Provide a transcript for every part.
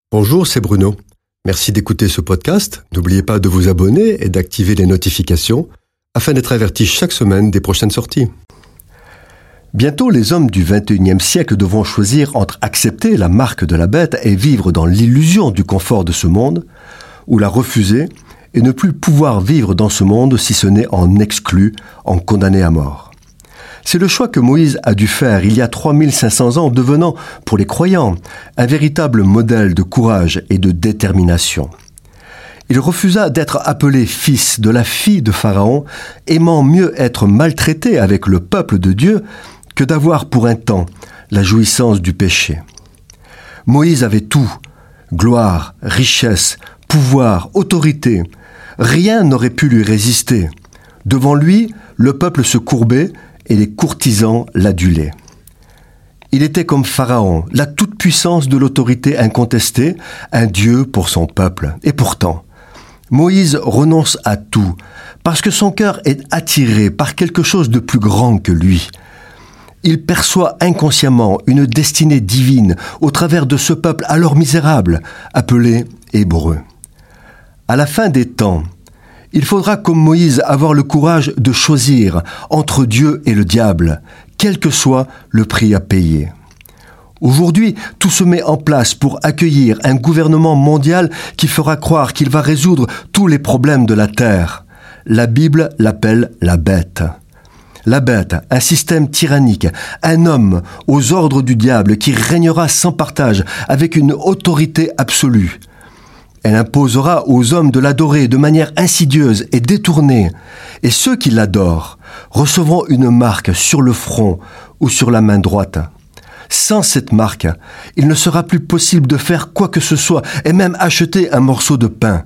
Bonjour, c'est Bruno. Merci d'écouter ce podcast. N'oubliez pas de vous abonner et d'activer les notifications afin d'être averti chaque semaine des prochaines sorties. Bientôt, les hommes du XXIe siècle devront choisir entre accepter la marque de la bête et vivre dans l'illusion du confort de ce monde, ou la refuser et ne plus pouvoir vivre dans ce monde si ce n'est en exclu, en condamné à mort. C'est le choix que Moïse a dû faire il y a 3500 ans, devenant, pour les croyants, un véritable modèle de courage et de détermination. Il refusa d'être appelé fils de la fille de Pharaon, aimant mieux être maltraité avec le peuple de Dieu que d'avoir pour un temps la jouissance du péché. Moïse avait tout, gloire, richesse, pouvoir, autorité. Rien n'aurait pu lui résister. Devant lui, le peuple se courbait et les courtisans l'adulaient. Il était comme Pharaon, la toute-puissance de l'autorité incontestée, un dieu pour son peuple. Et pourtant, Moïse renonce à tout, parce que son cœur est attiré par quelque chose de plus grand que lui. Il perçoit inconsciemment une destinée divine au travers de ce peuple alors misérable, appelé Hébreu. À la fin des temps, il faudra, comme Moïse, avoir le courage de choisir entre Dieu et le diable, quel que soit le prix à payer. Aujourd'hui, tout se met en place pour accueillir un gouvernement mondial qui fera croire qu'il va résoudre tous les problèmes de la terre. La Bible l'appelle la bête. La bête, un système tyrannique, un homme aux ordres du diable qui régnera sans partage, avec une autorité absolue. Elle imposera aux hommes de l'adorer de manière insidieuse et détournée, et ceux qui l'adorent recevront une marque sur le front ou sur la main droite. Sans cette marque, il ne sera plus possible de faire quoi que ce soit, et même acheter un morceau de pain.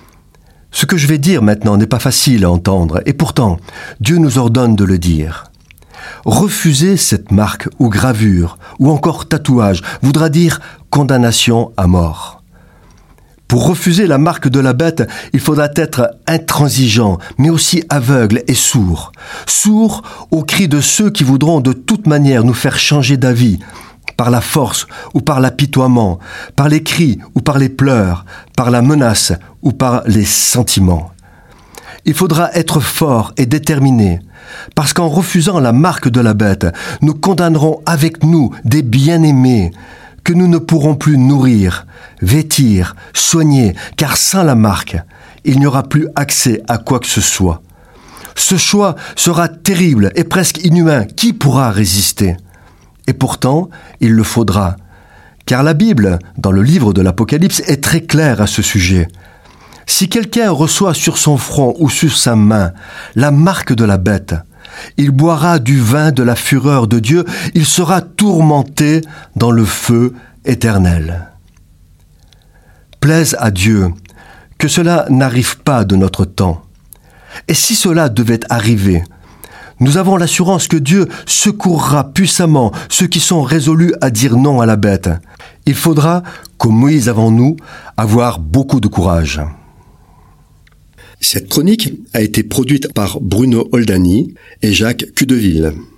Ce que je vais dire maintenant n'est pas facile à entendre, et pourtant, Dieu nous ordonne de le dire. Refuser cette marque ou gravure, ou encore tatouage, voudra dire condamnation à mort. Pour refuser la marque de la bête, il faudra être intransigeant, mais aussi aveugle et sourd. Sourd aux cris de ceux qui voudront de toute manière nous faire changer d'avis, par la force ou par l'apitoiement, par les cris ou par les pleurs, par la menace ou par les sentiments. Il faudra être fort et déterminé, parce qu'en refusant la marque de la bête, nous condamnerons avec nous des bien-aimés, que nous ne pourrons plus nourrir, vêtir, soigner, car sans la marque, il n'y aura plus accès à quoi que ce soit. Ce choix sera terrible et presque inhumain. Qui pourra résister ? Et pourtant, il le faudra. Car la Bible, dans le livre de l'Apocalypse, est très claire à ce sujet. Si quelqu'un reçoit sur son front ou sur sa main la marque de la bête, il boira du vin de la fureur de Dieu, il sera tourmenté dans le feu éternel. Plaise à Dieu que cela n'arrive pas de notre temps. Et si cela devait arriver, nous avons l'assurance que Dieu secourra puissamment ceux qui sont résolus à dire non à la bête. Il faudra, comme Moïse avant nous, avoir beaucoup de courage. Cette chronique a été produite par Bruno Oldani et Jacques Cudeville.